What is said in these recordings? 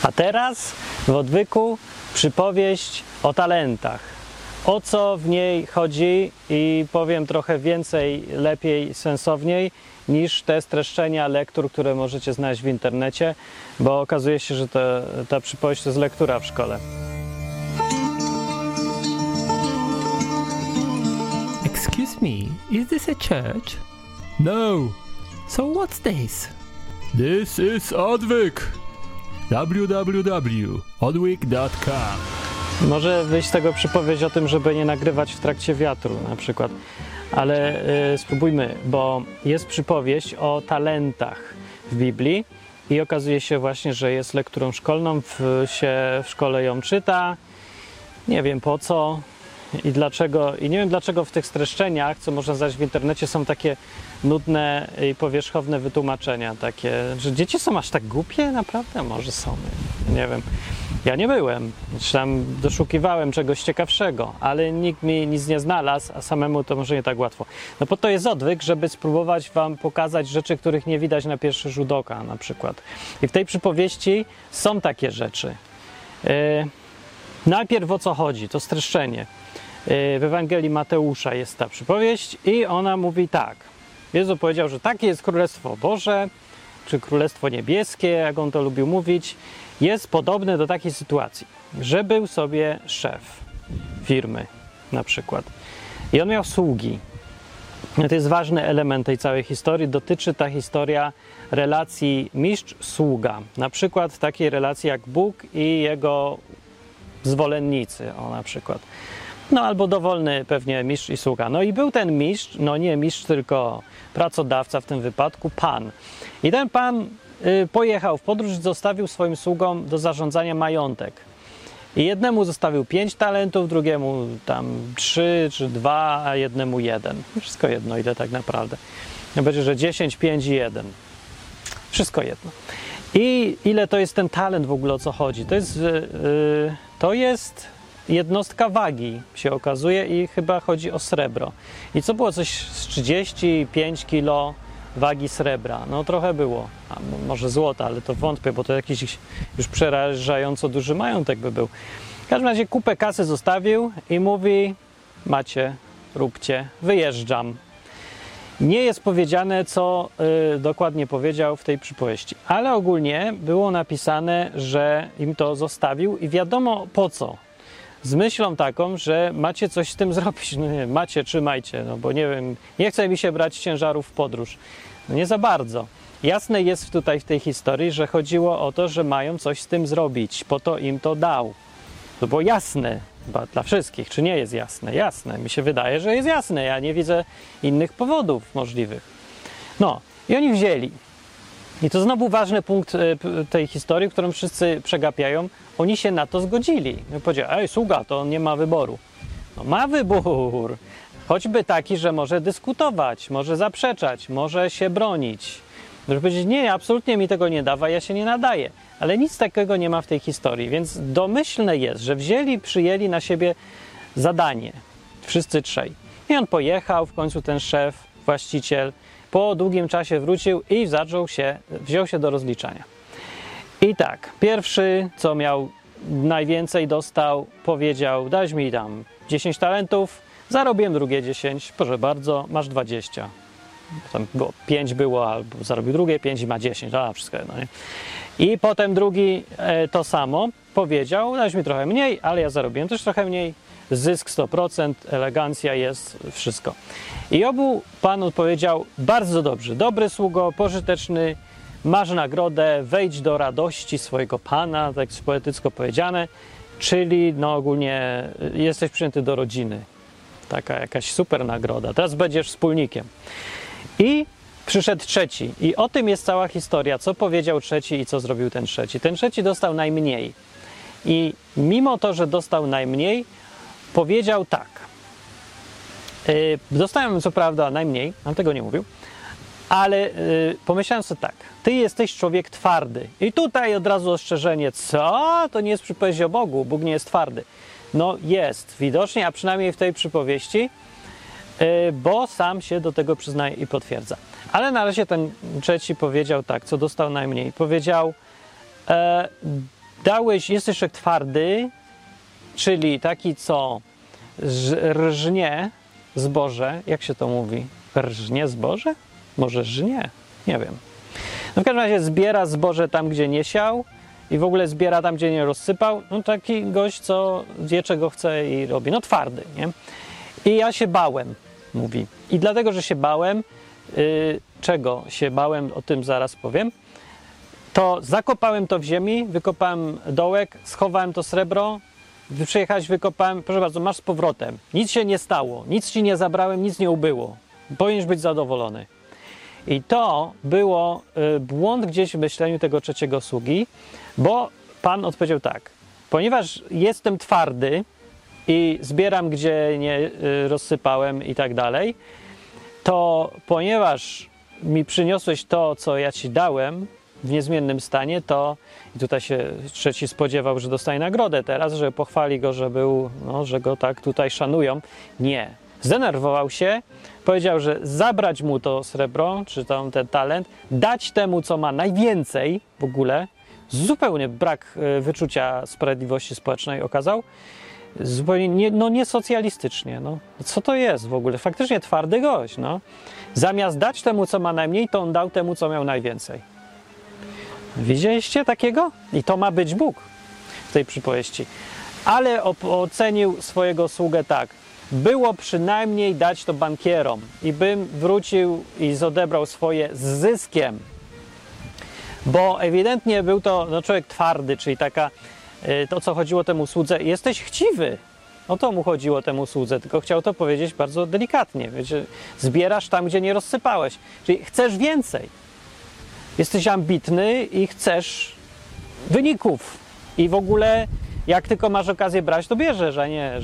A teraz w odwyku przypowieść o talentach. O co w niej chodzi i powiem trochę więcej, lepiej, sensowniej niż te streszczenia lektur, które możecie znaleźć w internecie, bo okazuje się, że ta przypowieść to jest lektura w szkole. Excuse me, is this a church? No. So what's this? This is Odwyk. www.odwyk.com. Może wyjść z tego przypowieść o tym, żeby nie nagrywać w trakcie wiatru na przykład. Ale spróbujmy, bo jest przypowieść o talentach w Biblii i okazuje się właśnie, że jest lekturą szkolną, się w szkole ją czyta. Nie wiem po co i dlaczego. I nie wiem dlaczego w tych streszczeniach, co można znaleźć w internecie, są takie nudne i powierzchowne wytłumaczenia. Takie, że dzieci są aż tak głupie? Naprawdę? Może są. Nie wiem. Ja nie byłem, czy tam doszukiwałem czegoś ciekawszego, ale nikt mi nic nie znalazł, a samemu to może nie tak łatwo. No po to jest odwyk, żeby spróbować wam pokazać rzeczy, których nie widać na pierwszy rzut oka na przykład. I w tej przypowieści są takie rzeczy. Najpierw o co chodzi, to streszczenie. W Ewangelii Mateusza jest ta przypowieść i ona mówi tak. Jezus powiedział, że takie jest Królestwo Boże, czy Królestwo Niebieskie, jak on to lubił mówić, jest podobne do takiej sytuacji, że był sobie szef firmy na przykład i on miał sługi. To jest ważny element tej całej historii. Dotyczy ta historia relacji mistrz-sługa. Na przykład takiej relacji jak Bóg i jego zwolennicy, na przykład. No albo dowolny pewnie mistrz i sługa. No i był ten mistrz, no nie mistrz, tylko pracodawca w tym wypadku, pan. I ten pan pojechał w podróż i zostawił swoim sługom do zarządzania majątek. I jednemu zostawił 5 talentów, drugiemu tam 3 czy 2, a jednemu 1. Wszystko jedno, ile tak naprawdę. No będzie, że 10, 5 i 1. Wszystko jedno. I ile to jest ten talent w ogóle, o co chodzi? To jest jednostka wagi, się okazuje, i chyba chodzi o srebro. I co było? Coś z 35 kilo wagi srebra. No trochę było. A może złota, ale to wątpię, bo to jakiś już przerażająco duży majątek by był. W każdym razie kupę kasy zostawił i mówi: macie, róbcie, wyjeżdżam. Nie jest powiedziane, co dokładnie powiedział w tej przypowieści, ale ogólnie było napisane, że im to zostawił i wiadomo po co. Z myślą taką, że macie coś z tym zrobić. No nie, macie, trzymajcie, no bo nie wiem, nie chce mi się brać ciężarów w podróż. No nie za bardzo. Jasne jest tutaj w tej historii, że chodziło o to, że mają coś z tym zrobić. Po to im to dał. To było jasne chyba dla wszystkich. Czy nie jest jasne? Jasne. Mi się wydaje, że jest jasne. Ja nie widzę innych powodów możliwych. No i oni wzięli. I to znowu ważny punkt tej historii, którą wszyscy przegapiają. Oni się na to zgodzili. Powiedzieli: ej, sługa, to on nie ma wyboru. No ma wybór. Choćby taki, że może dyskutować, może zaprzeczać, może się bronić. Może powiedzieć: nie, absolutnie mi tego nie dawa, ja się nie nadaję. Ale nic takiego nie ma w tej historii, więc domyślne jest, że przyjęli na siebie zadanie. Wszyscy trzej. I on pojechał, w końcu ten szef, właściciel, po długim czasie wrócił i wziął się do rozliczania. I tak, pierwszy, co miał najwięcej, dostał, powiedział: dać mi tam 10 talentów, zarobiłem drugie 10, proszę bardzo, masz 20. Tam 5 było, albo zarobił drugie 5 i ma 10, wszystko jedno, nie? I potem drugi to samo powiedział: dać mi trochę mniej, ale ja zarobiłem też trochę mniej, zysk 100%, elegancja jest, wszystko. I obu pan odpowiedział: bardzo dobrze, dobry sługo, pożyteczny, masz nagrodę, wejdź do radości swojego pana, tak jest poetycko powiedziane, czyli no ogólnie jesteś przyjęty do rodziny. Taka jakaś super nagroda, teraz będziesz wspólnikiem. I przyszedł trzeci i o tym jest cała historia, co powiedział trzeci i co zrobił ten trzeci. Ten trzeci dostał najmniej i mimo to, że dostał najmniej, powiedział tak: dostałem co prawda najmniej, on tego nie mówił, ale pomyślałem sobie tak: ty jesteś człowiek twardy. I tutaj od razu ostrzeżenie: co? To nie jest przypowieść o Bogu, Bóg nie jest twardy. No jest, widocznie, a przynajmniej w tej przypowieści, bo sam się do tego przyznaje i potwierdza. Ale na razie ten trzeci powiedział tak, co dostał najmniej. Powiedział: jesteś człowiek twardy, czyli taki, co rżnie zboże. Jak się to mówi? Rżnie zboże? Może żnie? Nie wiem. No w każdym razie zbiera zboże tam, gdzie nie siał i w ogóle zbiera tam, gdzie nie rozsypał. No taki gość, co wie, czego chce i robi. No twardy, nie? I ja się bałem, mówi. I dlatego, że się bałem, czego się bałem, o tym zaraz powiem, to zakopałem to w ziemi, wykopałem dołek, schowałem to srebro, przyjechałeś, wykopałem, proszę bardzo, masz z powrotem. Nic się nie stało, nic ci nie zabrałem, nic nie ubyło. Powinieneś być zadowolony. I to było błąd gdzieś w myśleniu tego trzeciego sługi, bo Pan odpowiedział tak: ponieważ jestem twardy i zbieram, gdzie nie rozsypałem i tak dalej, to ponieważ mi przyniosłeś to, co ja ci dałem w niezmiennym stanie, to i tutaj się trzeci spodziewał, że dostanie nagrodę teraz, że pochwali go, że był, no, że go tak tutaj szanują. Nie. Zdenerwował się, powiedział, że zabrać mu to srebro, czy tam ten talent, dać temu, co ma najwięcej w ogóle. Zupełnie brak wyczucia sprawiedliwości społecznej okazał. Zupełnie niesocjalistycznie. No. Co to jest w ogóle? Faktycznie twardy gość. No. Zamiast dać temu, co ma najmniej, to on dał temu, co miał najwięcej. Widzieliście takiego? I to ma być Bóg w tej przypowieści. Ale ocenił swojego sługę tak: było przynajmniej dać to bankierom i bym wrócił i odebrał swoje z zyskiem. Bo ewidentnie był to człowiek twardy, czyli taka, to co chodziło temu słudze, jesteś chciwy. O to mu chodziło temu słudze, tylko chciał to powiedzieć bardzo delikatnie. Wiecie, zbierasz tam, gdzie nie rozsypałeś. Czyli chcesz więcej. Jesteś ambitny i chcesz wyników. I w ogóle jak tylko masz okazję brać, to bierzesz, a nie,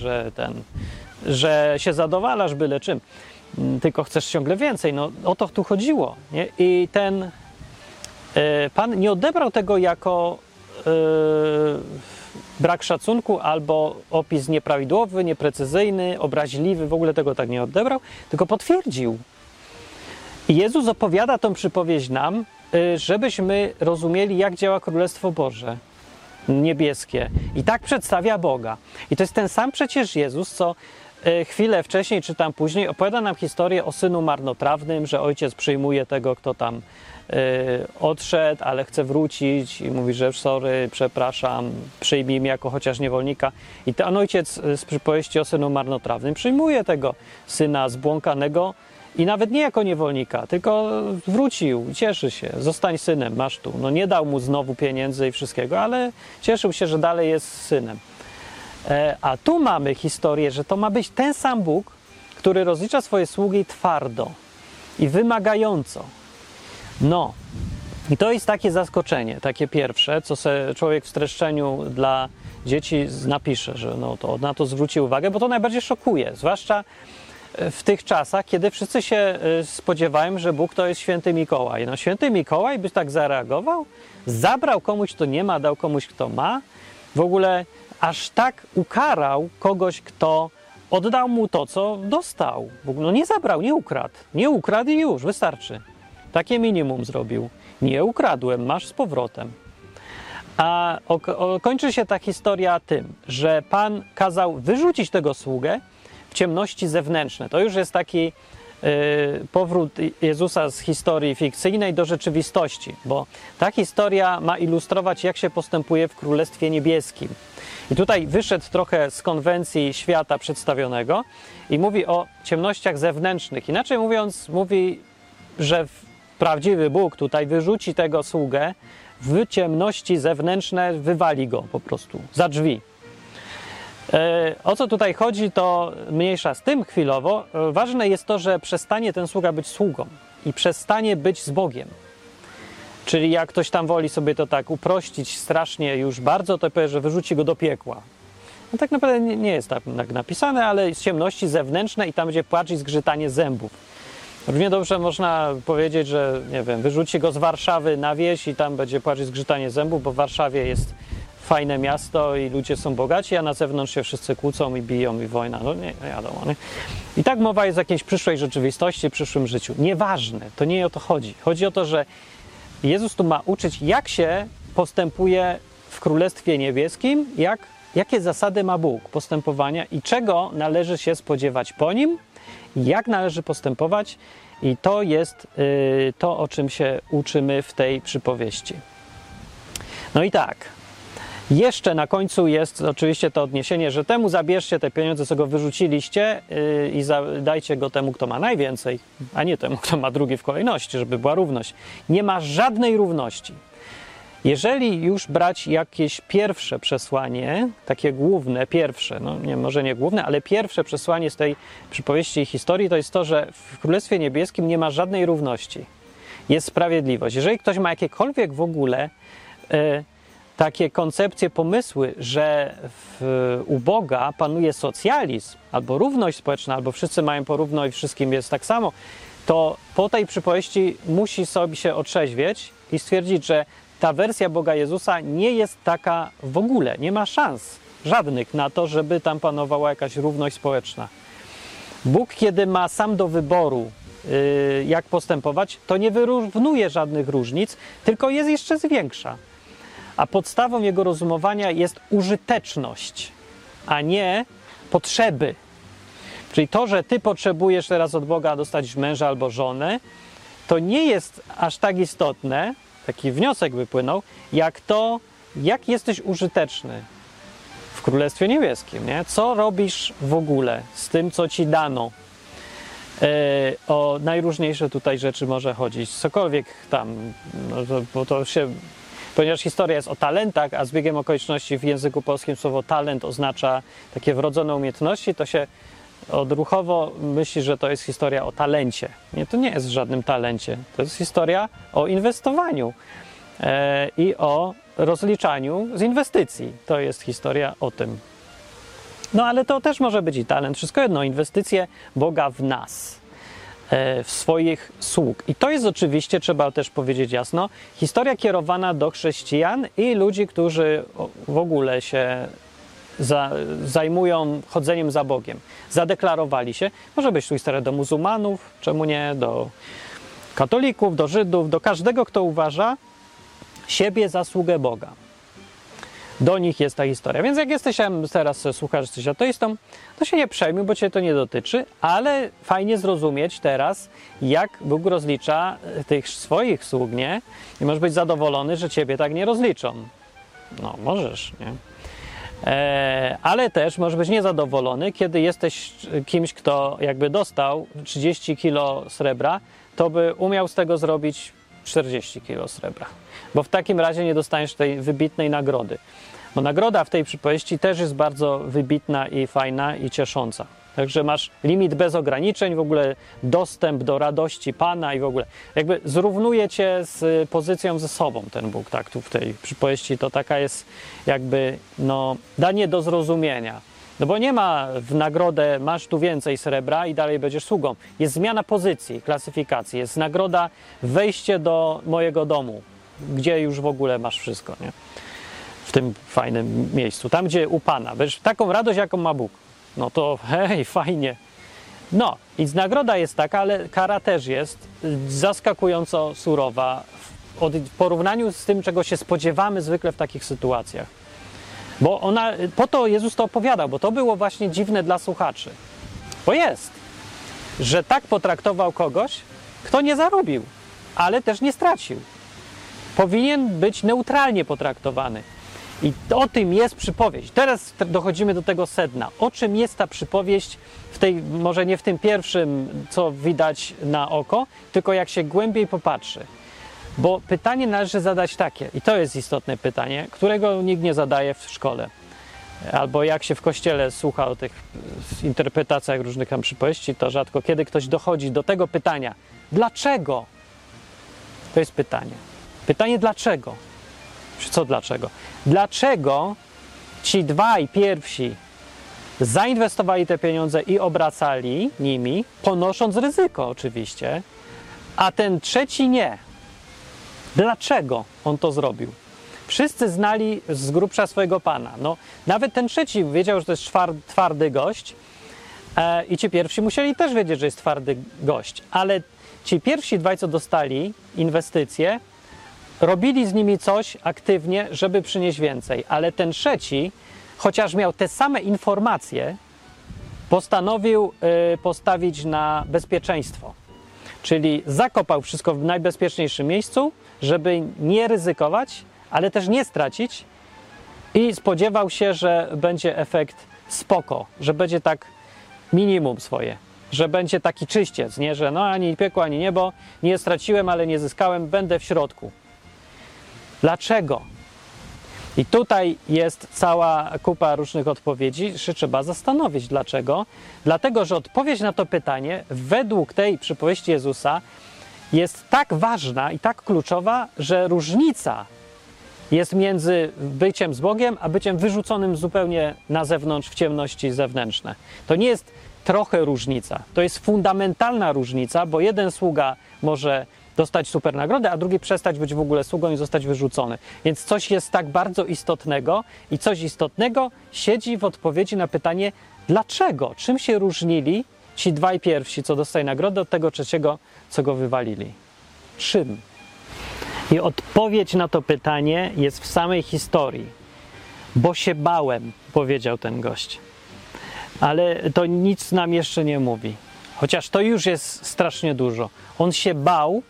że się zadowalasz byle czym. Tylko chcesz ciągle więcej. No o to tu chodziło. Nie? I ten Pan nie odebrał tego jako brak szacunku albo opis nieprawidłowy, nieprecyzyjny, obraźliwy. W ogóle tego tak nie odebrał, tylko potwierdził. I Jezus opowiada tą przypowieść nam, żebyśmy rozumieli, jak działa Królestwo Boże niebieskie. I tak przedstawia Boga. I to jest ten sam przecież Jezus, co chwilę wcześniej, czy tam później, opowiada nam historię o synu marnotrawnym, że ojciec przyjmuje tego, kto tam odszedł, ale chce wrócić i mówi, że sorry, przepraszam, przyjmij mnie jako chociaż niewolnika. I ten ojciec z przypowieści o synu marnotrawnym przyjmuje tego syna zbłąkanego i nawet nie jako niewolnika, tylko wrócił, cieszy się, zostań synem, masz tu. No nie dał mu znowu pieniędzy i wszystkiego, ale cieszył się, że dalej jest synem. A tu mamy historię, że to ma być ten sam Bóg, który rozlicza swoje sługi twardo i wymagająco. No, i to jest takie zaskoczenie, takie pierwsze, co sobie człowiek w streszczeniu dla dzieci napisze, że no to na to zwróci uwagę, bo to najbardziej szokuje, zwłaszcza w tych czasach, kiedy wszyscy się spodziewają, że Bóg to jest święty Mikołaj. No święty Mikołaj by tak zareagował? Zabrał komuś, kto nie ma, dał komuś, kto ma? W ogóle aż tak ukarał kogoś, kto oddał mu to, co dostał. No nie zabrał, nie ukradł. Nie ukradł i już, wystarczy. Takie minimum zrobił. Nie ukradłem, masz z powrotem. A kończy się ta historia tym, że Pan kazał wyrzucić tego sługę w ciemności zewnętrzne. To już jest taki powrót Jezusa z historii fikcyjnej do rzeczywistości, bo ta historia ma ilustrować, jak się postępuje w Królestwie Niebieskim. I tutaj wyszedł trochę z konwencji świata przedstawionego i mówi o ciemnościach zewnętrznych. Inaczej mówiąc, mówi, że prawdziwy Bóg tutaj wyrzuci tego sługę w ciemności zewnętrzne, wywali go po prostu za drzwi. O co tutaj chodzi, to mniejsza z tym chwilowo. Ważne jest to, że przestanie ten sługa być sługą i przestanie być z Bogiem. Czyli jak ktoś tam woli sobie to tak uprościć strasznie już bardzo, to powie, że wyrzuci go do piekła. No tak naprawdę nie jest tak napisane, ale z ciemności zewnętrznej i tam będzie płacz i zgrzytanie zębów. Równie dobrze można powiedzieć, że nie wiem, wyrzuci go z Warszawy na wieś i tam będzie płacz i zgrzytanie zębów, bo w Warszawie jest fajne miasto i ludzie są bogaci, a na zewnątrz się wszyscy kłócą i biją i wojna. No nie wiadomo. Nie? I tak mowa jest o jakiejś przyszłej rzeczywistości, przyszłym życiu. Nieważne, to nie o to chodzi. Chodzi o to, że Jezus tu ma uczyć, jak się postępuje w Królestwie Niebieskim, jakie zasady ma Bóg postępowania i czego należy się spodziewać po nim, jak należy postępować. I to jest to, o czym się uczymy w tej przypowieści. No i tak, jeszcze na końcu jest oczywiście to odniesienie, że temu zabierzcie te pieniądze, co go wyrzuciliście i dajcie go temu, kto ma najwięcej, a nie temu, kto ma drugi w kolejności, żeby była równość. Nie ma żadnej równości. Jeżeli już brać jakieś pierwsze przesłanie, takie główne, pierwsze, no nie, może nie główne, ale pierwsze przesłanie z tej przypowieści i historii, to jest to, że w Królestwie Niebieskim nie ma żadnej równości. Jest sprawiedliwość. Jeżeli ktoś ma jakiekolwiek w ogóle takie koncepcje, pomysły, że u Boga panuje socjalizm, albo równość społeczna, albo wszyscy mają porówno i wszystkim jest tak samo, to po tej przypowieści musi sobie się otrzeźwieć i stwierdzić, że ta wersja Boga Jezusa nie jest taka w ogóle, nie ma szans żadnych na to, żeby tam panowała jakaś równość społeczna. Bóg, kiedy ma sam do wyboru, jak postępować, to nie wyrównuje żadnych różnic, tylko jest jeszcze zwiększa. A podstawą jego rozumowania jest użyteczność, a nie potrzeby. Czyli to, że ty potrzebujesz teraz od Boga dostać męża albo żonę, to nie jest aż tak istotne, taki wniosek wypłynął, jak to, jak jesteś użyteczny w Królestwie Niebieskim, nie? Co robisz w ogóle z tym, co ci dano? O najróżniejsze tutaj rzeczy może chodzić, cokolwiek tam, no, bo to się, ponieważ historia jest o talentach, a zbiegiem okoliczności w języku polskim słowo talent oznacza takie wrodzone umiejętności, to się odruchowo myśli, że to jest historia o talencie. Nie, to nie jest w żadnym talencie. To jest historia o inwestowaniu i o rozliczaniu z inwestycji. To jest historia o tym. No ale to też może być i talent. Wszystko jedno, inwestycje Boga w nas, w swoich sług. I to jest oczywiście, trzeba też powiedzieć jasno, historia kierowana do chrześcijan i ludzi, którzy w ogóle się zajmują chodzeniem za Bogiem. Zadeklarowali się. Może być tu historia do muzułmanów, czemu nie, do katolików, do Żydów, do każdego, kto uważa siebie za sługę Boga. Do nich jest ta historia. Więc jak jesteś teraz, słuchasz, jesteś ateistą, to się nie przejmuj, bo cię to nie dotyczy, ale fajnie zrozumieć teraz, jak Bóg rozlicza tych swoich sług, nie? I możesz być zadowolony, że ciebie tak nie rozliczą. No, możesz, nie? Ale też możesz być niezadowolony, kiedy jesteś kimś, kto jakby dostał 30 kilo srebra, to by umiał z tego zrobić 40 kilo srebra. Bo w takim razie nie dostaniesz tej wybitnej nagrody. Bo nagroda w tej przypowieści też jest bardzo wybitna i fajna i ciesząca. Także masz limit bez ograniczeń, w ogóle dostęp do radości Pana i w ogóle jakby zrównuje cię z pozycją ze sobą ten Bóg, tak, tu w tej przypowieści to taka jest jakby, no, danie do zrozumienia. No bo nie ma w nagrodę, masz tu więcej srebra i dalej będziesz sługą. Jest zmiana pozycji, klasyfikacji, jest nagroda wejście do mojego domu, gdzie już w ogóle masz wszystko, nie? W tym fajnym miejscu, tam gdzie u Pana, będziesz taką radość, jaką ma Bóg. No to hej, fajnie. No i nagroda jest taka, ale kara też jest zaskakująco surowa w porównaniu z tym, czego się spodziewamy zwykle w takich sytuacjach. Bo po to Jezus to opowiadał, bo to było właśnie dziwne dla słuchaczy. Bo jest, że tak potraktował kogoś, kto nie zarobił, ale też nie stracił. Powinien być neutralnie potraktowany. I o tym jest przypowieść. Teraz dochodzimy do tego sedna. O czym jest ta przypowieść w tej, może nie w tym pierwszym, co widać na oko, tylko jak się głębiej popatrzy. Bo pytanie należy zadać takie, i to jest istotne pytanie, którego nikt nie zadaje w szkole. Albo jak się w kościele słucha o tych interpretacjach różnych tam przypowieści, to rzadko kiedy ktoś dochodzi do tego pytania. Dlaczego? To jest pytanie. Pytanie dlaczego? Co dlaczego? Dlaczego ci dwaj pierwsi zainwestowali te pieniądze i obracali nimi, ponosząc ryzyko oczywiście, a ten trzeci nie? Dlaczego on to zrobił? Wszyscy znali z grubsza swojego Pana. No, nawet ten trzeci wiedział, że to jest twardy gość i ci pierwsi musieli też wiedzieć, że jest twardy gość. Ale ci pierwsi dwaj, co dostali inwestycje, robili z nimi coś aktywnie, żeby przynieść więcej, ale ten trzeci, chociaż miał te same informacje, postanowił postawić na bezpieczeństwo. Czyli zakopał wszystko w najbezpieczniejszym miejscu, żeby nie ryzykować, ale też nie stracić i spodziewał się, że będzie efekt spoko, że będzie tak minimum swoje, że będzie taki czyściec, nie? Że no ani piekło, ani niebo, nie straciłem, ale nie zyskałem, będę w środku. Dlaczego? I tutaj jest cała kupa różnych odpowiedzi, że trzeba zastanowić dlaczego. Dlatego, że odpowiedź na to pytanie według tej przypowieści Jezusa jest tak ważna i tak kluczowa, że różnica jest między byciem z Bogiem, a byciem wyrzuconym zupełnie na zewnątrz w ciemności zewnętrzne. To nie jest trochę różnica, to jest fundamentalna różnica, bo jeden sługa może dostać super nagrodę, a drugi przestać być w ogóle sługą i zostać wyrzucony. Więc coś jest tak bardzo istotnego i coś istotnego siedzi w odpowiedzi na pytanie dlaczego? Czym się różnili ci dwaj pierwsi, co dostali nagrodę, od tego trzeciego, co go wywalili? Czym? I odpowiedź na to pytanie jest w samej historii. Bo się bałem, powiedział ten gość. Ale to nic nam jeszcze nie mówi. Chociaż to już jest strasznie dużo. On się bał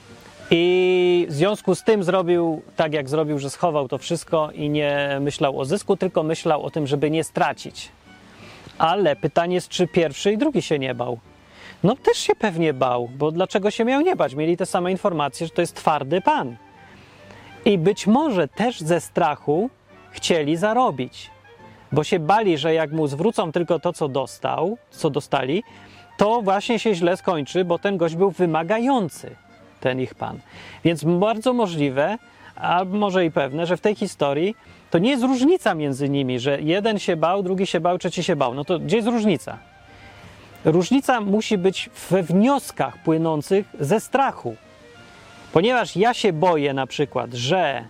i w związku z tym zrobił tak, jak zrobił, że schował to wszystko i nie myślał o zysku, tylko myślał o tym, żeby nie stracić. Ale pytanie jest, czy pierwszy i drugi się nie bał. No też się pewnie bał, bo dlaczego się miał nie bać? Mieli te same informacje, że to jest twardy Pan. I być może też ze strachu chcieli zarobić, bo się bali, że jak mu zwrócą tylko to, co dostali, to właśnie się źle skończy, bo ten gość był wymagający, ten ich Pan. Więc bardzo możliwe, a może i pewne, że w tej historii to nie jest różnica między nimi, że jeden się bał, drugi się bał, trzeci się bał. No to gdzie jest różnica? Różnica musi być we wnioskach płynących ze strachu. Ponieważ ja się boję na przykład, że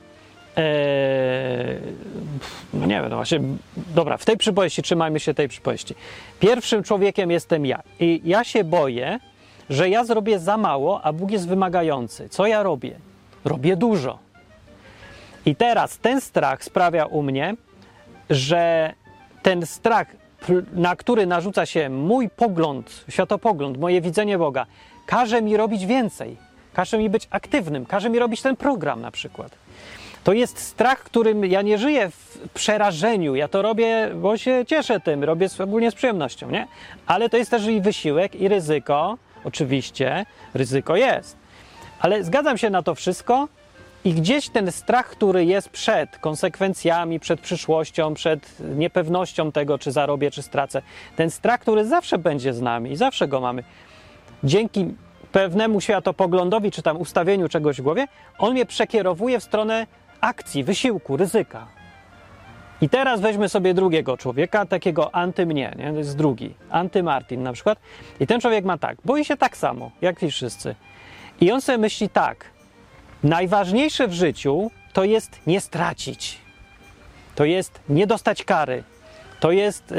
no nie wiem, no właśnie, dobra, w tej przypowieści trzymajmy się tej przypowieści. Pierwszym człowiekiem jestem ja i ja się boję, że ja zrobię za mało, a Bóg jest wymagający. Co ja robię? Robię dużo. I teraz ten strach sprawia u mnie, że ten strach, na który narzuca się mój pogląd, światopogląd, moje widzenie Boga, każe mi robić więcej, każe mi być aktywnym, każe mi robić ten program na przykład. To jest strach, którym ja nie żyję w przerażeniu, ja to robię, bo się cieszę tym, robię ogólnie z przyjemnością, nie? Ale to jest też i wysiłek, i ryzyko, oczywiście, ryzyko jest. Ale zgadzam się na to wszystko i gdzieś ten strach, który jest przed konsekwencjami, przed przyszłością, przed niepewnością tego, czy zarobię, czy stracę, ten strach, który zawsze będzie z nami i zawsze go mamy, dzięki pewnemu światopoglądowi, czy tam ustawieniu czegoś w głowie, on mnie przekierowuje w stronę akcji, wysiłku, ryzyka. I teraz weźmy sobie drugiego człowieka, takiego anty-mnie, nie? To jest drugi, anty-Martin na przykład. I ten człowiek ma tak, boi się tak samo, jak i wszyscy. I on sobie myśli tak, najważniejsze w życiu to jest nie stracić. To jest nie dostać kary. To jest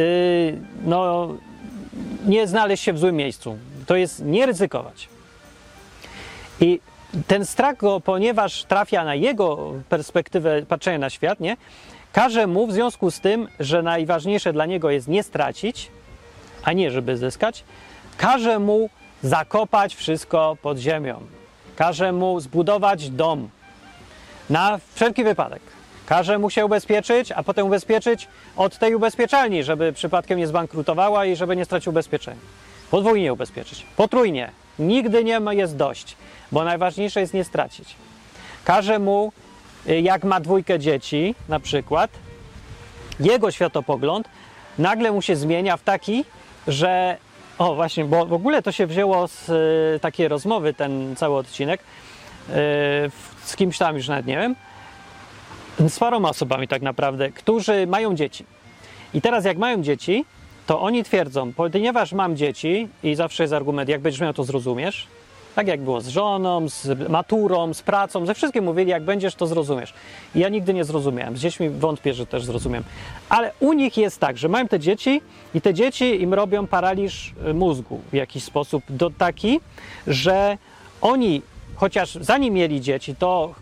nie znaleźć się w złym miejscu. To jest nie ryzykować. I ten strach go, ponieważ trafia na jego perspektywę patrzenia na świat, nie, każe mu w związku z tym, że najważniejsze dla niego jest nie stracić, a nie żeby zyskać, każe mu zakopać wszystko pod ziemią. Każe mu zbudować dom na wszelki wypadek. Każe mu się ubezpieczyć, a potem ubezpieczyć od tej ubezpieczalni, żeby przypadkiem nie zbankrutowała i żeby nie stracił ubezpieczenia. Podwójnie ubezpieczyć. Potrójnie. Nigdy nie jest dość, bo najważniejsze jest nie stracić. Każe mu, jak ma 2 dzieci na przykład, jego światopogląd nagle mu się zmienia w taki, że o właśnie, bo w ogóle to się wzięło z takiej rozmowy, ten cały odcinek, z kimś tam już nawet nie wiem, z paroma osobami tak naprawdę, którzy mają dzieci. I teraz jak mają dzieci, to oni twierdzą, ponieważ mam dzieci i zawsze jest argument, jak będziesz miał, to zrozumiesz. Tak jak było z żoną, z maturą, z pracą, ze wszystkim mówili, jak będziesz, to zrozumiesz. I ja nigdy nie zrozumiałem. Z dziećmi wątpię, że też zrozumiem. Ale u nich jest tak, że mają te dzieci i te dzieci im robią paraliż mózgu w jakiś sposób taki, że oni, chociaż zanim mieli dzieci, to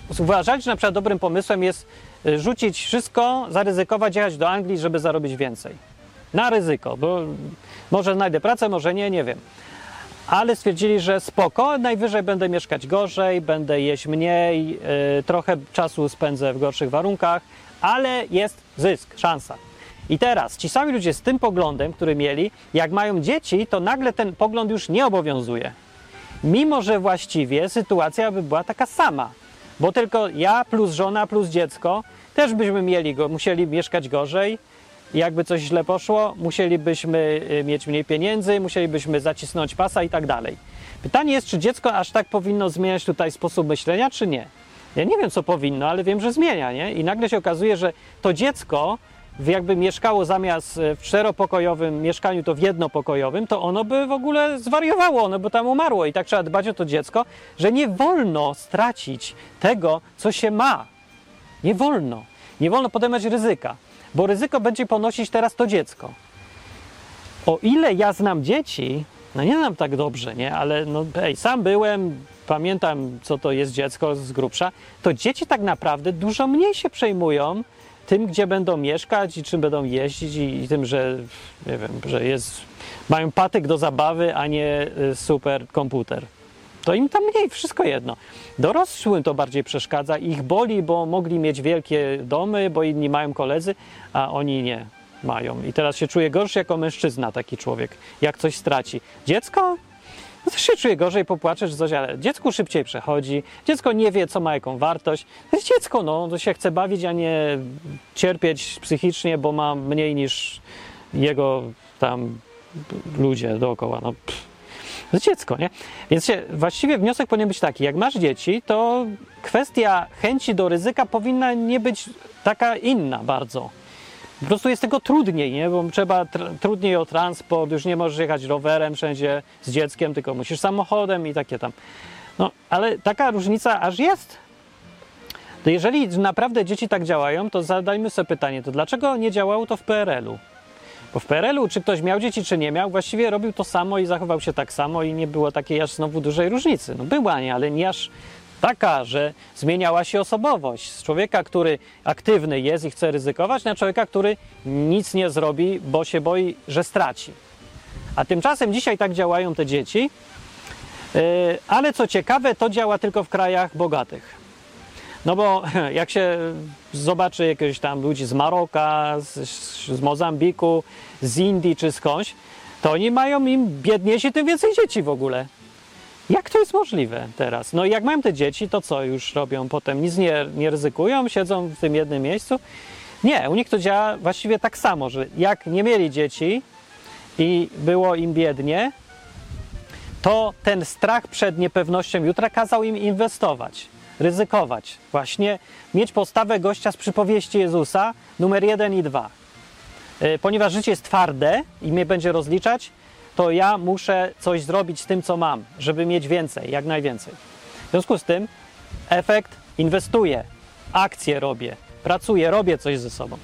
uważali, że na przykład dobrym pomysłem jest rzucić wszystko, zaryzykować, jechać do Anglii, żeby zarobić więcej. Na ryzyko, bo może znajdę pracę, może nie, nie wiem. Ale stwierdzili, że spoko, najwyżej będę mieszkać gorzej, będę jeść mniej, trochę czasu spędzę w gorszych warunkach, ale jest zysk, szansa. I teraz ci sami ludzie z tym poglądem, który mieli, jak mają dzieci, to nagle ten pogląd już nie obowiązuje. Mimo że właściwie sytuacja by była taka sama, bo tylko ja plus żona plus dziecko też byśmy musieli mieszkać gorzej. Jakby coś źle poszło, musielibyśmy mieć mniej pieniędzy, musielibyśmy zacisnąć pasa i tak dalej. Pytanie jest, czy dziecko aż tak powinno zmieniać tutaj sposób myślenia, czy nie? Ja nie wiem, co powinno, ale wiem, że zmienia, nie? I nagle się okazuje, że to dziecko jakby mieszkało zamiast w 4-pokojowym mieszkaniu, to w jednopokojowym, to ono by w ogóle zwariowało, ono by tam umarło. I tak trzeba dbać o to dziecko, że nie wolno stracić tego, co się ma. Nie wolno. Nie wolno podejmować ryzyka. Bo ryzyko będzie ponosić teraz to dziecko. O ile ja znam dzieci, no nie znam tak dobrze, nie? Ale no, sam byłem, pamiętam, co to jest dziecko z grubsza, to dzieci tak naprawdę dużo mniej się przejmują tym, gdzie będą mieszkać i czym będą jeździć i tym, że nie wiem, że mają patyk do zabawy, a nie super komputer. To im tam mniej, wszystko jedno. Dorosłym to bardziej przeszkadza, ich boli, bo mogli mieć wielkie domy, bo inni mają koledzy, a oni nie mają. I teraz się czuje gorszy jako mężczyzna taki człowiek, jak coś straci. Dziecko? No też się czuje gorzej, popłacze czy coś, ale dziecku szybciej przechodzi, dziecko nie wie, co ma jaką wartość. To jest dziecko, no, to się chce bawić, a nie cierpieć psychicznie, bo ma mniej niż jego tam ludzie dookoła, no. To jest dziecko, nie? Więc właściwie wniosek powinien być taki, jak masz dzieci, to kwestia chęci do ryzyka powinna nie być taka inna bardzo. Po prostu jest tego trudniej, nie? Bo trzeba trudniej o transport, już nie możesz jechać rowerem wszędzie z dzieckiem, tylko musisz samochodem i takie tam. No, ale taka różnica aż jest. To jeżeli naprawdę dzieci tak działają, to zadajmy sobie pytanie, to dlaczego nie działało to w PRL-u? Bo w PRL-u, czy ktoś miał dzieci, czy nie miał, właściwie robił to samo i zachował się tak samo i nie było takiej aż znowu dużej różnicy. No była, nie, ale nie aż taka, że zmieniała się osobowość. Z człowieka, który aktywny jest i chce ryzykować, na człowieka, który nic nie zrobi, bo się boi, że straci. A tymczasem dzisiaj tak działają te dzieci, ale co ciekawe, to działa tylko w krajach bogatych. No bo jak się zobaczy jakiegoś tam ludzi z Maroka, z Mozambiku, z Indii czy skądś, to oni mają im biedniejsi, tym więcej dzieci w ogóle. Jak to jest możliwe teraz? No i jak mają te dzieci, to co już robią potem? Nic nie ryzykują, siedzą w tym jednym miejscu? Nie, u nich to działa właściwie tak samo, że jak nie mieli dzieci i było im biednie, to ten strach przed niepewnością jutra kazał im inwestować, ryzykować. Właśnie mieć postawę gościa z przypowieści Jezusa, numer 1 i 2. Ponieważ życie jest twarde i mnie będzie rozliczać, to ja muszę coś zrobić z tym, co mam, żeby mieć więcej, jak najwięcej. W związku z tym efekt inwestuję, akcje robię, pracuję, robię coś ze sobą.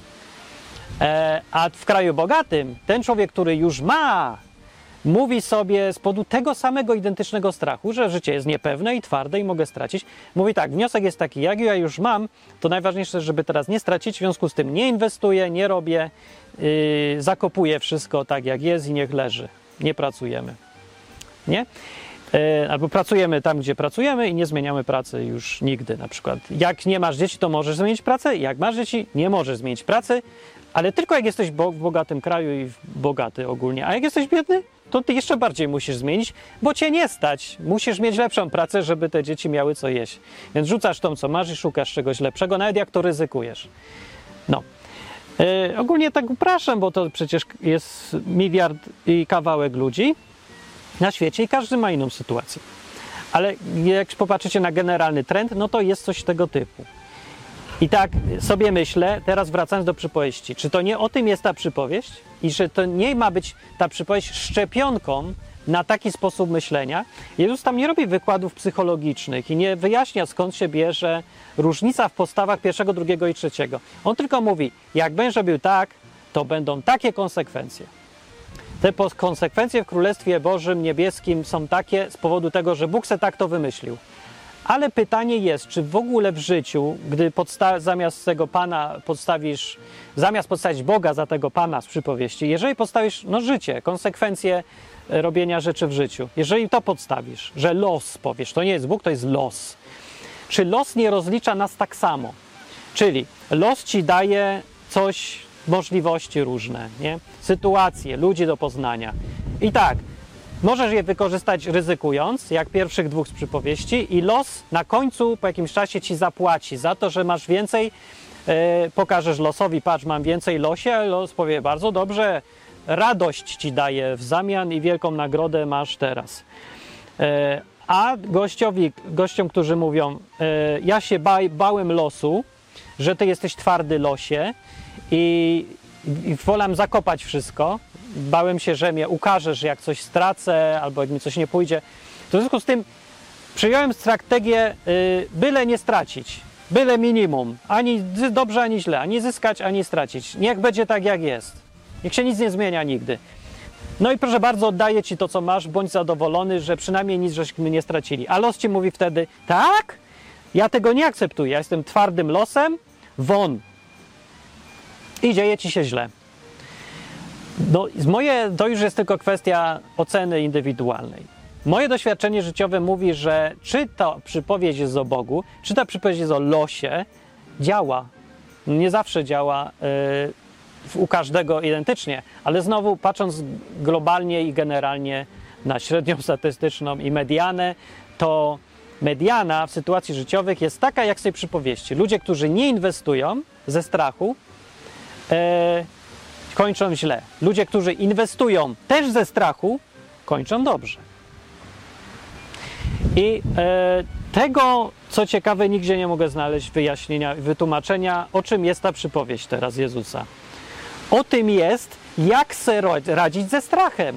A w kraju bogatym ten człowiek, który już ma, mówi sobie z powodu tego samego identycznego strachu, że życie jest niepewne i twarde i mogę stracić. Mówi tak, wniosek jest taki, jak ja już mam, to najważniejsze, żeby teraz nie stracić, w związku z tym nie inwestuję, nie robię, zakopuję wszystko tak jak jest i niech leży. Nie pracujemy. Nie? Albo pracujemy tam, gdzie pracujemy i nie zmieniamy pracy już nigdy na przykład. Jak nie masz dzieci, to możesz zmienić pracę, jak masz dzieci, nie możesz zmienić pracy, ale tylko jak jesteś w bogatym kraju i bogaty ogólnie. A jak jesteś biedny, to ty jeszcze bardziej musisz zmienić, bo cię nie stać. Musisz mieć lepszą pracę, żeby te dzieci miały co jeść. Więc rzucasz tą, co masz i szukasz czegoś lepszego, nawet jak to ryzykujesz. No. Ogólnie tak upraszam, bo to przecież jest miliard i kawałek ludzi na świecie i każdy ma inną sytuację. Ale jak popatrzycie na generalny trend, no to jest coś tego typu. I tak sobie myślę, teraz wracając do przypowieści, czy to nie o tym jest ta przypowieść i że to nie ma być ta przypowieść szczepionką na taki sposób myślenia? Jezus tam nie robi wykładów psychologicznych i nie wyjaśnia, skąd się bierze różnica w postawach pierwszego, drugiego i trzeciego. On tylko mówi, jak będziesz robił tak, to będą takie konsekwencje. Te konsekwencje w Królestwie Bożym Niebieskim są takie z powodu tego, że Bóg se tak to wymyślił. Ale pytanie jest, czy w ogóle w życiu, gdy zamiast tego Pana zamiast postawić Boga za tego Pana z przypowieści, jeżeli postawisz życie, konsekwencje robienia rzeczy w życiu, jeżeli to podstawisz, że los powiesz, to nie jest Bóg, to jest los. Czy los nie rozlicza nas tak samo? Czyli los ci daje coś, możliwości różne, nie? Sytuacje, ludzi do poznania. I tak, możesz je wykorzystać ryzykując, jak pierwszych dwóch z przypowieści, i los na końcu po jakimś czasie ci zapłaci za to, że masz więcej, pokażesz losowi, patrz, mam więcej losie, a los powie, bardzo dobrze, radość ci daje w zamian i wielką nagrodę masz teraz. A gościom, którzy mówią, ja się bałem losu, że ty jesteś twardy losie i wolałem zakopać wszystko, bałem się, że mnie ukażesz, jak coś stracę albo jak mi coś nie pójdzie. W związku z tym przyjąłem strategię byle nie stracić, byle minimum, ani dobrze, ani źle, ani zyskać, ani stracić. Niech będzie tak, jak jest. Niech się nic nie zmienia nigdy. No i proszę bardzo, oddaję ci to, co masz, bądź zadowolony, że przynajmniej nic żeśmy nie stracili. A los ci mówi wtedy, tak? Ja tego nie akceptuję, ja jestem twardym losem, won. I dzieje ci się źle. No, to już jest tylko kwestia oceny indywidualnej. Moje doświadczenie życiowe mówi, że czy ta przypowieść jest o Bogu, czy ta przypowieść jest o losie, działa. Nie zawsze działa u każdego identycznie, ale znowu patrząc globalnie i generalnie na średnią statystyczną i medianę, to mediana w sytuacji życiowych jest taka jak z tej przypowieści. Ludzie, którzy nie inwestują ze strachu, kończą źle. Ludzie, którzy inwestują też ze strachu, kończą dobrze. I tego, co ciekawe, nigdzie nie mogę znaleźć wyjaśnienia, wytłumaczenia, o czym jest ta przypowieść teraz Jezusa. O tym jest, jak sobie radzić ze strachem.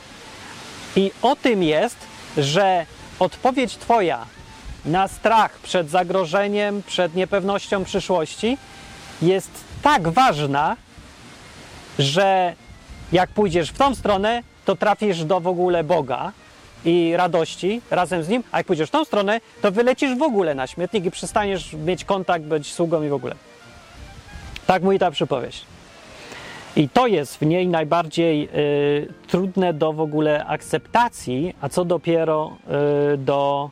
I o tym jest, że odpowiedź twoja na strach przed zagrożeniem, przed niepewnością przyszłości jest tak ważna, że jak pójdziesz w tą stronę, to trafisz do w ogóle Boga i radości razem z Nim, a jak pójdziesz w tą stronę, to wylecisz w ogóle na śmietnik i przestaniesz mieć kontakt, być sługą i w ogóle. Tak mówi ta przypowieść. I to jest w niej najbardziej trudne do w ogóle akceptacji, a co dopiero do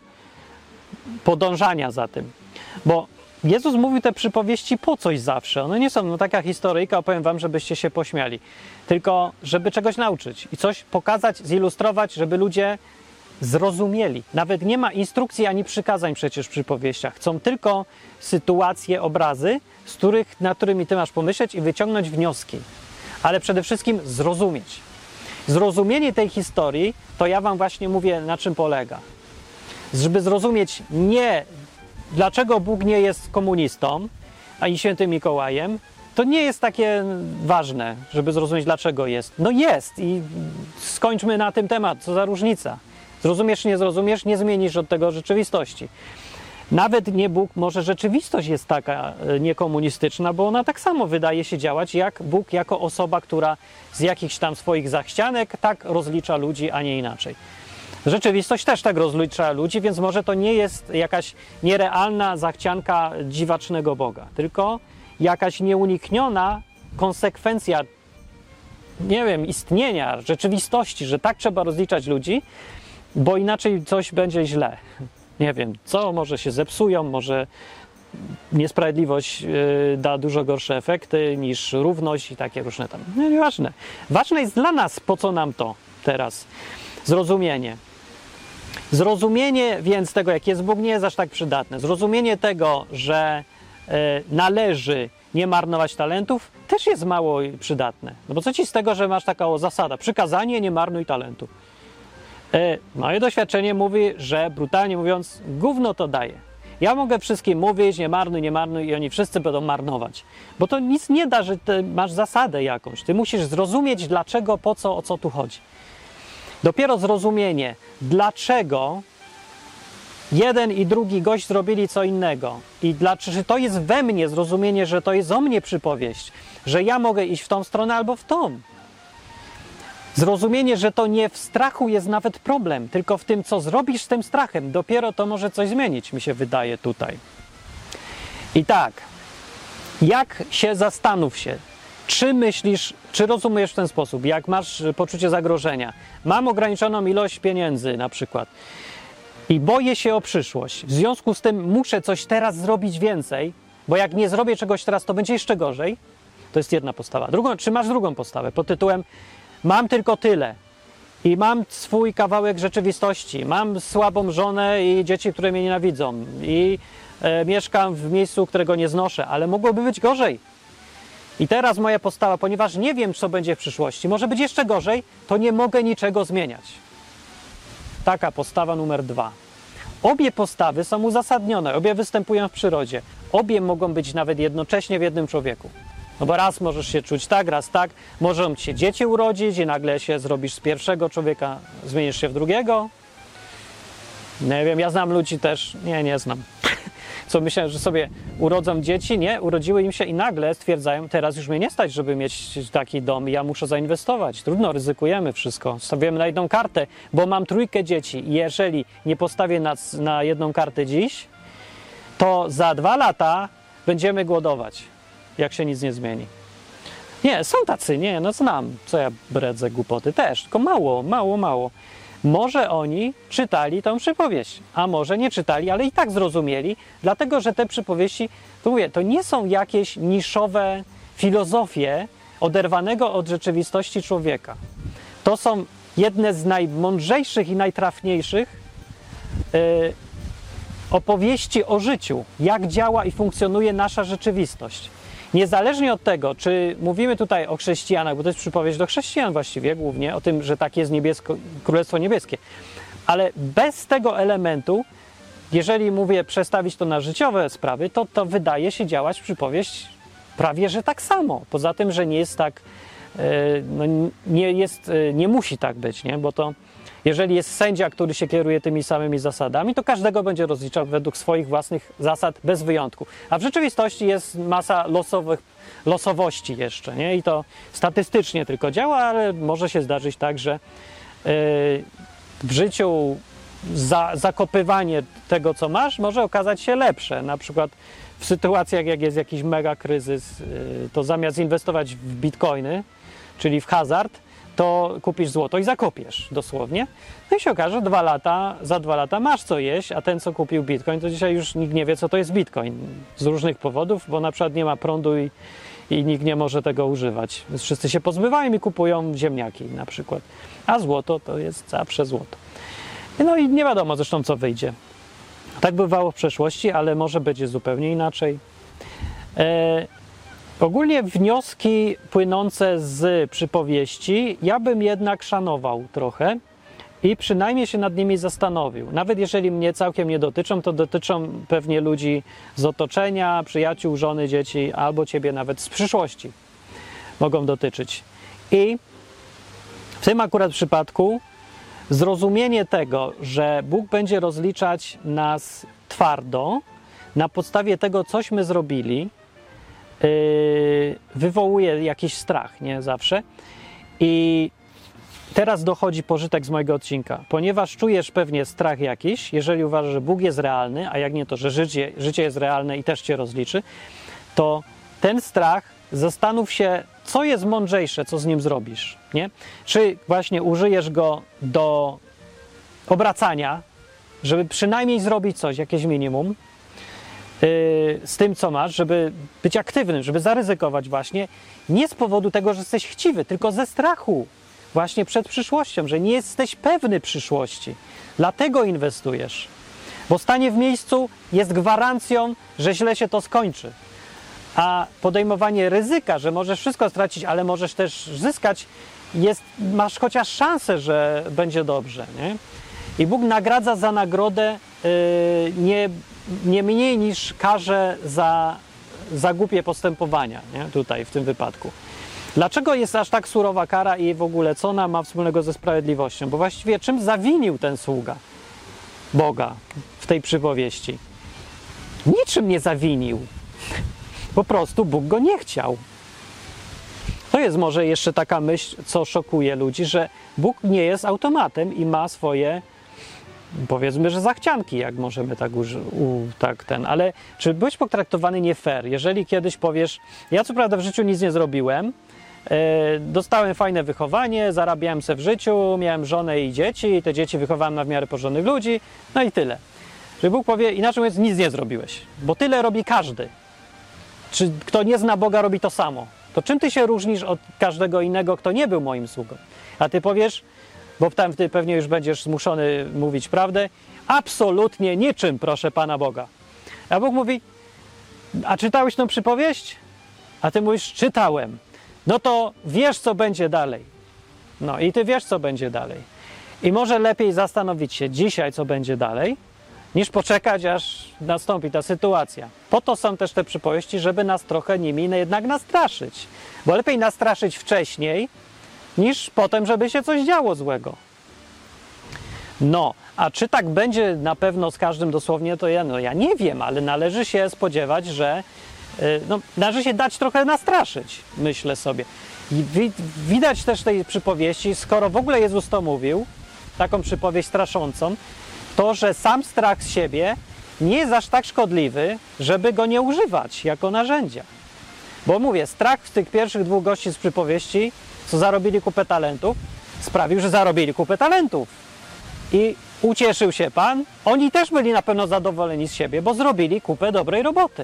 podążania za tym. Bo Jezus mówił te przypowieści po coś zawsze. One nie są taka historyjka, opowiem wam, żebyście się pośmiali. Tylko, żeby czegoś nauczyć i coś pokazać, zilustrować, żeby ludzie zrozumieli. Nawet nie ma instrukcji ani przykazań przecież w przypowieściach. Chcą tylko sytuacje, obrazy, nad którymi ty masz pomyśleć i wyciągnąć wnioski. Ale przede wszystkim zrozumieć. Zrozumienie tej historii, to ja wam właśnie mówię, na czym polega. Żeby zrozumieć nie dlaczego Bóg nie jest komunistą, a i świętym Mikołajem, to nie jest takie ważne, żeby zrozumieć, dlaczego jest. No jest i skończmy na tym temat, co za różnica. Zrozumiesz, nie zrozumiesz, nie zmienisz od tego rzeczywistości. Nawet nie Bóg, może rzeczywistość jest taka niekomunistyczna, bo ona tak samo wydaje się działać jak Bóg jako osoba, która z jakichś tam swoich zachcianek tak rozlicza ludzi, a nie inaczej. Rzeczywistość też tak rozlicza ludzi, więc może to nie jest jakaś nierealna zachcianka dziwacznego Boga, tylko jakaś nieunikniona konsekwencja, nie wiem, istnienia, rzeczywistości, że tak trzeba rozliczać ludzi, bo inaczej coś będzie źle. Nie wiem, co, może się zepsują, może niesprawiedliwość da dużo gorsze efekty niż równość i takie różne tam. Nieważne. Ważne jest dla nas, po co nam to teraz. Zrozumienie. Zrozumienie więc tego, jak jest Bóg, nie jest aż tak przydatne. Zrozumienie tego, że należy nie marnować talentów, też jest mało przydatne. No bo co ci z tego, że masz taką zasadę? Przykazanie, nie marnuj talentu. Moje doświadczenie mówi, że brutalnie mówiąc, gówno to daje. Ja mogę wszystkim mówić, nie marnuj i oni wszyscy będą marnować. Bo to nic nie da, że ty masz zasadę jakąś. Ty musisz zrozumieć dlaczego, po co, o co tu chodzi. Dopiero zrozumienie, dlaczego jeden i drugi gość zrobili co innego i czy to jest we mnie zrozumienie, że to jest o mnie przypowieść, że ja mogę iść w tą stronę albo w tą. Zrozumienie, że to nie w strachu jest nawet problem, tylko w tym, co zrobisz z tym strachem. Dopiero to może coś zmienić, mi się wydaje tutaj. I tak, zastanów się, czy myślisz, czy rozumiesz w ten sposób, jak masz poczucie zagrożenia. Mam ograniczoną ilość pieniędzy na przykład i boję się o przyszłość. W związku z tym muszę coś teraz zrobić więcej, bo jak nie zrobię czegoś teraz, to będzie jeszcze gorzej. To jest jedna postawa. Czy masz drugą postawę pod tytułem mam tylko tyle i mam swój kawałek rzeczywistości, mam słabą żonę i dzieci, które mnie nienawidzą i mieszkam w miejscu, którego nie znoszę, ale mogłoby być gorzej. I teraz moja postawa, ponieważ nie wiem, co będzie w przyszłości, może być jeszcze gorzej, to nie mogę niczego zmieniać. Taka postawa numer 2. Obie postawy są uzasadnione, obie występują w przyrodzie. Obie mogą być nawet jednocześnie w jednym człowieku. No bo raz możesz się czuć tak, raz tak. Możą ci się dzieci urodzić i nagle się zrobisz z pierwszego człowieka, zmienisz się w drugiego. Nie wiem, ja znam ludzi też, nie znam. Co myślę, że sobie urodzą dzieci, nie? Urodziły im się i nagle stwierdzają, teraz już mnie nie stać, żeby mieć taki dom i ja muszę zainwestować. Trudno, ryzykujemy wszystko. Stawiamy na jedną kartę, bo mam 3 dzieci i jeżeli nie postawię na jedną kartę dziś, to za 2 lata będziemy głodować, jak się nic nie zmieni. Nie, są tacy, znam. Co ja bredzę głupoty też, tylko mało. Może oni czytali tą przypowieść, a może nie czytali, ale i tak zrozumieli, dlatego że te przypowieści, to nie są jakieś niszowe filozofie oderwanego od rzeczywistości człowieka. To są jedne z najmądrzejszych i najtrafniejszych opowieści o życiu, jak działa i funkcjonuje nasza rzeczywistość. Niezależnie od tego, czy mówimy tutaj o chrześcijanach, bo to jest przypowieść do chrześcijan właściwie głównie, o tym, że takie jest Królestwo Niebieskie. Ale bez tego elementu, jeżeli mówię przestawić to na życiowe sprawy, to wydaje się działać przypowieść prawie że tak samo. Poza tym, że nie jest tak, nie musi tak być, nie? Bo to jeżeli jest sędzia, który się kieruje tymi samymi zasadami, to każdego będzie rozliczał według swoich własnych zasad bez wyjątku. A w rzeczywistości jest masa losowości jeszcze, nie? I to statystycznie tylko działa, ale może się zdarzyć tak, że w życiu zakopywanie tego, co masz, może okazać się lepsze. Na przykład w sytuacjach, jak jest jakiś mega kryzys, to zamiast inwestować w bitcoiny, czyli w hazard, to kupisz złoto i zakopiesz dosłownie. No i się okaże, że za 2 lata masz co jeść, a ten, co kupił bitcoin, to dzisiaj już nikt nie wie, co to jest bitcoin. Z różnych powodów, bo na przykład nie ma prądu i nikt nie może tego używać. Więc wszyscy się pozbywają i kupują ziemniaki na przykład. A złoto to jest zawsze złoto. No i nie wiadomo zresztą, co wyjdzie. Tak bywało w przeszłości, ale może będzie zupełnie inaczej. Ogólnie wnioski płynące z przypowieści ja bym jednak szanował trochę i przynajmniej się nad nimi zastanowił. Nawet jeżeli mnie całkiem nie dotyczą, to dotyczą pewnie ludzi z otoczenia, przyjaciół, żony, dzieci albo ciebie nawet z przyszłości mogą dotyczyć. I w tym akurat przypadku zrozumienie tego, że Bóg będzie rozliczać nas twardo na podstawie tego, cośmy zrobili, wywołuje jakiś strach, nie zawsze. I teraz dochodzi pożytek z mojego odcinka. Ponieważ czujesz pewnie strach jakiś, jeżeli uważasz, że Bóg jest realny, a jak nie to, że życie jest realne i też cię rozliczy, to ten strach, zastanów się, co jest mądrzejsze, co z nim zrobisz, nie? Czy właśnie użyjesz go do obracania, żeby przynajmniej zrobić coś, jakieś minimum, z tym, co masz, żeby być aktywnym, żeby zaryzykować właśnie, nie z powodu tego, że jesteś chciwy, tylko ze strachu właśnie przed przyszłością, że nie jesteś pewny przyszłości. Dlatego inwestujesz. Bo stanie w miejscu jest gwarancją, że źle się to skończy. A podejmowanie ryzyka, że możesz wszystko stracić, ale możesz też zyskać, masz chociaż szansę, że będzie dobrze, nie? I Bóg nagradza za nagrodę nie mniej niż karze za głupie postępowania, nie? Tutaj w tym wypadku. Dlaczego jest aż tak surowa kara i w ogóle co ona ma wspólnego ze sprawiedliwością? Bo właściwie czym zawinił ten sługa Boga w tej przypowieści? Niczym nie zawinił. Po prostu Bóg go nie chciał. To jest może jeszcze taka myśl, co szokuje ludzi, że Bóg nie jest automatem i ma swoje, powiedzmy, że zachcianki, jak możemy tak ale czy byłeś potraktowany nie fair, jeżeli kiedyś powiesz, ja co prawda w życiu nic nie zrobiłem, dostałem fajne wychowanie, zarabiałem se w życiu, miałem żonę i dzieci, i te dzieci wychowałem na w miarę porządnych ludzi, no i tyle. Że Bóg powie, inaczej mówiąc, nic nie zrobiłeś, bo tyle robi każdy. Czy kto nie zna Boga, robi to samo. To czym ty się różnisz od każdego innego, kto nie był moim sługą? A ty powiesz, bo tam ty pewnie już będziesz zmuszony mówić prawdę, absolutnie niczym, proszę Pana Boga. A Bóg mówi, a czytałeś tą przypowieść? A ty mówisz, czytałem. No to wiesz, co będzie dalej. No i ty wiesz, co będzie dalej. I może lepiej zastanowić się dzisiaj, co będzie dalej, niż poczekać, aż nastąpi ta sytuacja. Po to są też te przypowieści, żeby nas trochę nimi jednak nastraszyć. Bo lepiej nastraszyć wcześniej, niż potem, żeby się coś działo złego. No, a czy tak będzie na pewno z każdym dosłownie, to ja nie wiem, ale należy się spodziewać, że należy się dać trochę nastraszyć, myślę sobie. I widać też w tej przypowieści, skoro w ogóle Jezus to mówił, taką przypowieść straszącą, to, że sam strach z siebie nie jest aż tak szkodliwy, żeby go nie używać jako narzędzia. Bo mówię, strach z tych pierwszych dwóch gości z przypowieści, co zarobili kupę talentów, sprawił, że zarobili kupę talentów. I ucieszył się Pan. Oni też byli na pewno zadowoleni z siebie, bo zrobili kupę dobrej roboty.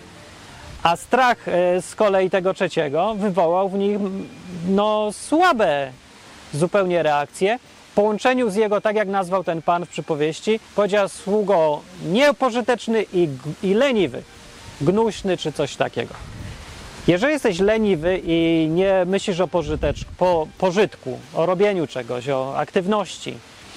A strach z kolei tego trzeciego wywołał w nich słabe zupełnie reakcje. W połączeniu z jego, tak jak nazwał ten Pan w przypowieści, powiedział sługo niepożyteczny i leniwy, gnuśny czy coś takiego. Jeżeli jesteś leniwy i nie myślisz o pożytku, o robieniu czegoś, o aktywności,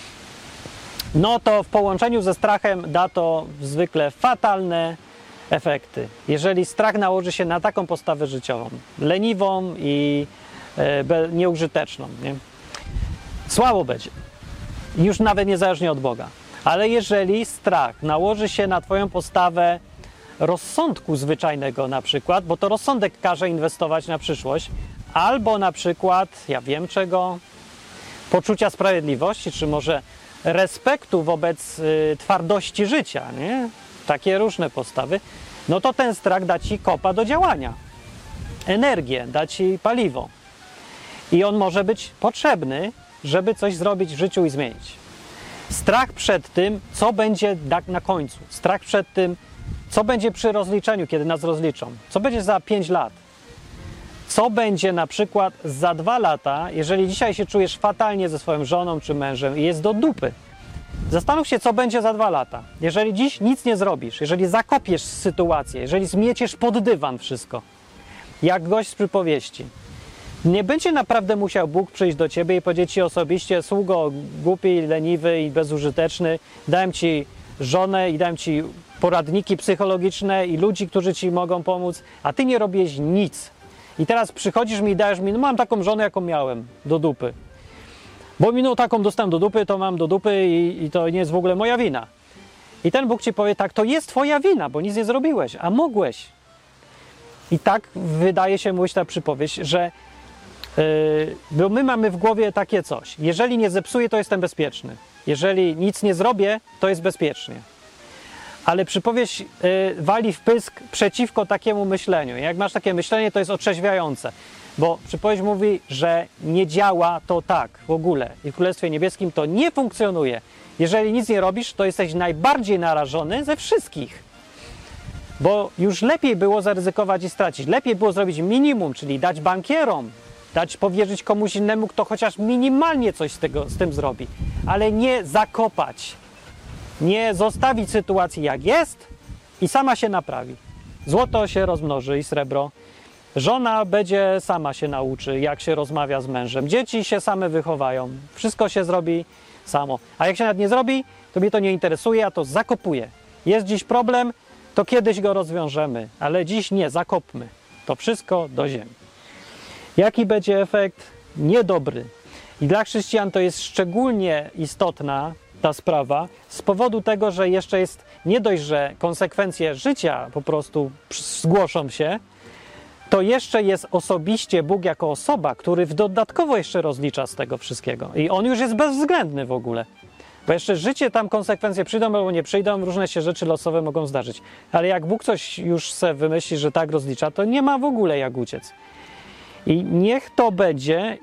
no to w połączeniu ze strachem da to zwykle fatalne efekty. Jeżeli strach nałoży się na taką postawę życiową, leniwą i nieużyteczną, nie? Słabo będzie. Już nawet niezależnie od Boga. Ale jeżeli strach nałoży się na twoją postawę rozsądku zwyczajnego na przykład, bo to rozsądek każe inwestować na przyszłość, albo na przykład, ja wiem czego, poczucia sprawiedliwości, czy może respektu wobec twardości życia, nie? Takie różne postawy, no to ten strach da ci kopa do działania, energię, da ci paliwo. I on może być potrzebny, żeby coś zrobić w życiu i zmienić. Strach przed tym, co będzie na końcu. Strach przed tym, co będzie przy rozliczeniu, kiedy nas rozliczą. Co będzie za 5 lat. Co będzie na przykład za 2 lata, jeżeli dzisiaj się czujesz fatalnie ze swoją żoną czy mężem i jest do dupy. Zastanów się, co będzie za 2 lata. Jeżeli dziś nic nie zrobisz, jeżeli zakopiesz sytuację, jeżeli zmieciesz pod dywan wszystko, jak gość z przypowieści, nie będzie naprawdę musiał Bóg przyjść do ciebie i powiedzieć ci osobiście, sługo głupi, leniwy i bezużyteczny, dałem ci żonę i dałem ci poradniki psychologiczne i ludzi, którzy ci mogą pomóc, a ty nie robisz nic. I teraz przychodzisz mi i dajesz mi, mam taką żonę, jaką miałem, do dupy. Bo taką dostałem do dupy, to mam do dupy i to nie jest w ogóle moja wina. I ten Bóg ci powie, tak, to jest twoja wina, bo nic nie zrobiłeś, a mogłeś. I tak wydaje się mówić ta przypowieść, że bo my mamy w głowie takie coś. Jeżeli nie zepsuję, to jestem bezpieczny. Jeżeli nic nie zrobię, to jest bezpiecznie. Ale przypowieść wali w pysk przeciwko takiemu myśleniu. Jak masz takie myślenie, to jest otrzeźwiające. Bo przypowieść mówi, że nie działa to tak w ogóle. I w Królestwie Niebieskim to nie funkcjonuje. Jeżeli nic nie robisz, to jesteś najbardziej narażony ze wszystkich. Bo już lepiej było zaryzykować i stracić. Lepiej było zrobić minimum, czyli dać bankierom, powierzyć komuś innemu, kto chociaż minimalnie coś z tym zrobi. Ale nie zakopać. Nie zostawić sytuacji jak jest i sama się naprawi. Złoto się rozmnoży i srebro. Żona sama się nauczy, jak się rozmawia z mężem. Dzieci się same wychowają. Wszystko się zrobi samo. A jak się nawet nie zrobi, to mnie to nie interesuje, ja to zakopuję. Jest dziś problem, to kiedyś go rozwiążemy, ale dziś nie, zakopmy. To wszystko do ziemi. Jaki będzie efekt? Niedobry. I dla chrześcijan to jest szczególnie istotna ta sprawa z powodu tego, że jeszcze jest nie dość, że konsekwencje życia po prostu zgłoszą się, to jeszcze jest osobiście Bóg jako osoba, który dodatkowo jeszcze rozlicza z tego wszystkiego. I on już jest bezwzględny w ogóle. Bo jeszcze życie tam konsekwencje przyjdą albo nie przyjdą, różne się rzeczy losowe mogą zdarzyć. Ale jak Bóg coś już se wymyśli, że tak rozlicza, to nie ma w ogóle jak uciec. I niech to będzie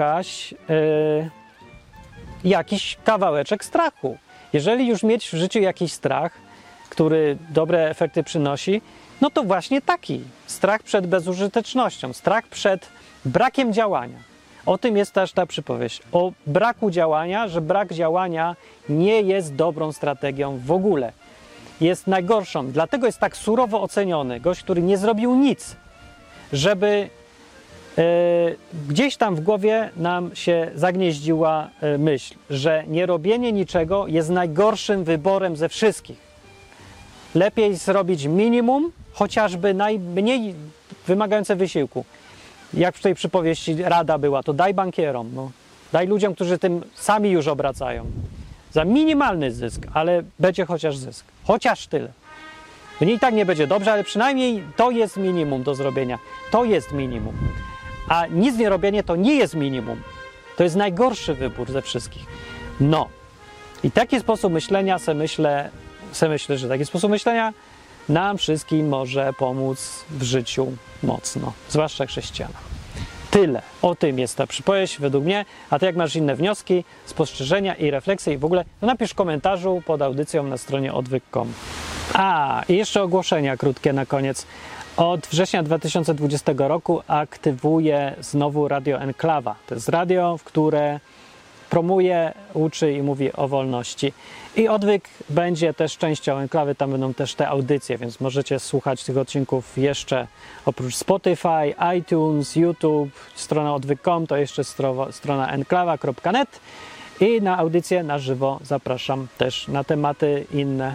jakiś kawałeczek strachu. Jeżeli już mieć w życiu jakiś strach, który dobre efekty przynosi, no to właśnie taki. Strach przed bezużytecznością, strach przed brakiem działania. O tym jest też ta przypowieść. O braku działania, że brak działania nie jest dobrą strategią w ogóle. Jest najgorszą. Dlatego jest tak surowo oceniony gość, który nie zrobił nic, żeby gdzieś tam w głowie nam się zagnieździła myśl, że nierobienie niczego jest najgorszym wyborem ze wszystkich. Lepiej zrobić minimum, chociażby najmniej wymagające wysiłku. Jak w tej przypowieści rada była, to daj bankierom, no. Daj ludziom, którzy tym sami już obracają. Za minimalny zysk, ale będzie chociaż zysk. Chociaż tyle. Mnie i tak nie będzie dobrze, ale przynajmniej to jest minimum do zrobienia. To jest minimum. A nic nie robienie to nie jest minimum. To jest najgorszy wybór ze wszystkich. No. I taki sposób myślenia myślę, że taki sposób myślenia nam wszystkim może pomóc w życiu mocno, zwłaszcza chrześcijanom. Tyle. O tym jest ta przypowieść według mnie. A ty jak masz inne wnioski, spostrzeżenia i refleksje i w ogóle, to napisz w komentarzu pod audycją na stronie odwyk.com. I jeszcze ogłoszenia krótkie na koniec. Od września 2020 roku aktywuję znowu Radio Enklawa. To jest radio, w które promuje, uczy i mówi o wolności. I Odwyk będzie też częścią Enklawy, tam będą też te audycje, więc możecie słuchać tych odcinków jeszcze oprócz Spotify, iTunes, YouTube, strona odwyk.com, to jeszcze strona enklawa.net i na audycje na żywo zapraszam też na tematy inne.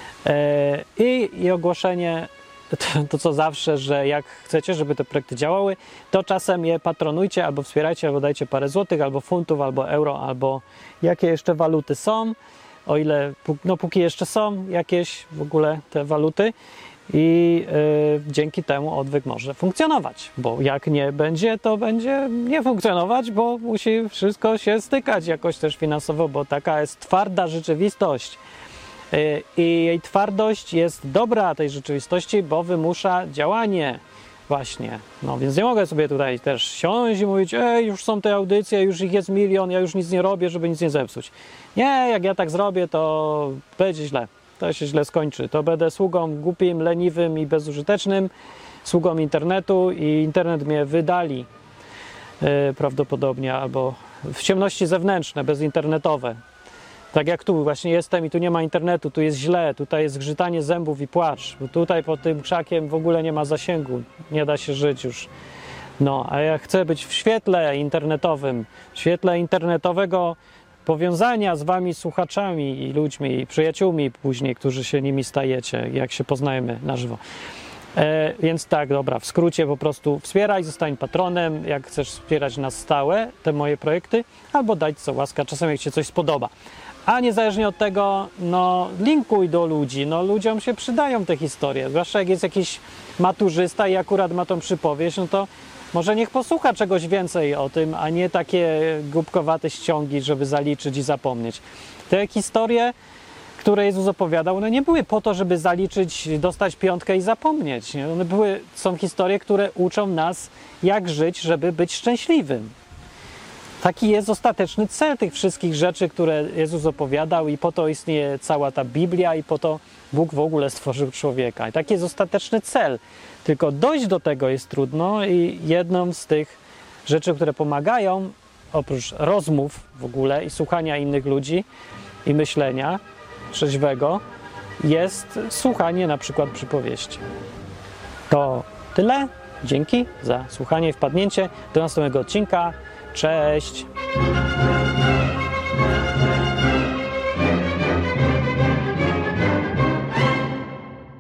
I ogłoszenie, to co zawsze, że jak chcecie, żeby te projekty działały, to czasem je patronujcie, albo wspierajcie, albo dajcie parę złotych, albo funtów, albo euro, albo jakie jeszcze waluty są, o ile, no póki jeszcze są jakieś w ogóle te waluty i dzięki temu Odwyk może funkcjonować, bo jak nie będzie, to będzie nie funkcjonować, bo musi wszystko się stykać jakoś też finansowo, bo taka jest twarda rzeczywistość. I jej twardość jest dobra tej rzeczywistości, bo wymusza działanie właśnie. No więc nie mogę sobie tutaj też siąść i mówić, już są te audycje, już ich jest milion, ja już nic nie robię, żeby nic nie zepsuć. Nie, jak ja tak zrobię, to będzie źle. To się źle skończy. To będę sługą głupim, leniwym i bezużytecznym, sługą internetu i internet mnie wydali prawdopodobnie, albo w ciemności zewnętrzne, bezinternetowe. Tak jak tu właśnie jestem i tu nie ma internetu, tu jest źle, tutaj jest zgrzytanie zębów i płacz, bo tutaj pod tym krzakiem w ogóle nie ma zasięgu, nie da się żyć już. No, a ja chcę być w świetle internetowym, w świetle internetowego powiązania z wami, słuchaczami i ludźmi, i przyjaciółmi później, którzy się nimi stajecie, jak się poznajemy na żywo. Więc tak, dobra, w skrócie po prostu wspieraj, zostań patronem, jak chcesz wspierać na stałe te moje projekty, albo daj co łaska, czasem jak ci się coś spodoba. A niezależnie od tego, no linkuj do ludzi, no ludziom się przydają te historie, zwłaszcza jak jest jakiś maturzysta i akurat ma tą przypowieść, no to może niech posłucha czegoś więcej o tym, a nie takie głupkowate ściągi, żeby zaliczyć i zapomnieć. Te historie, które Jezus opowiadał, one nie były po to, żeby zaliczyć, dostać piątkę i zapomnieć. Nie? Są historie, które uczą nas, jak żyć, żeby być szczęśliwym. Taki jest ostateczny cel tych wszystkich rzeczy, które Jezus opowiadał i po to istnieje cała ta Biblia i po to Bóg w ogóle stworzył człowieka. I taki jest ostateczny cel. Tylko dojść do tego jest trudno i jedną z tych rzeczy, które pomagają, oprócz rozmów w ogóle i słuchania innych ludzi i myślenia trzeźwego, jest słuchanie na przykład przypowieści. To tyle. Dzięki za słuchanie i wpadnięcie. Do następnego odcinka. Cześć!